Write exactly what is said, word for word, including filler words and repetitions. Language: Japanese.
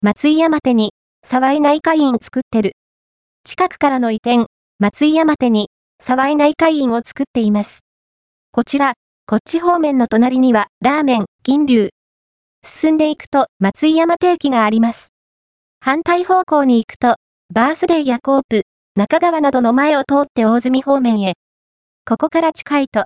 松井山手に、沢井内科院作ってる。近くからの移転、松井山手に、沢井内科院を作っています。こちら、こっち方面の隣には、ラーメン、金龍。進んでいくと、松井山手駅があります。反対方向に行くと、バースデーやコープ、中川などの前を通って大積方面へ。ここから近いと、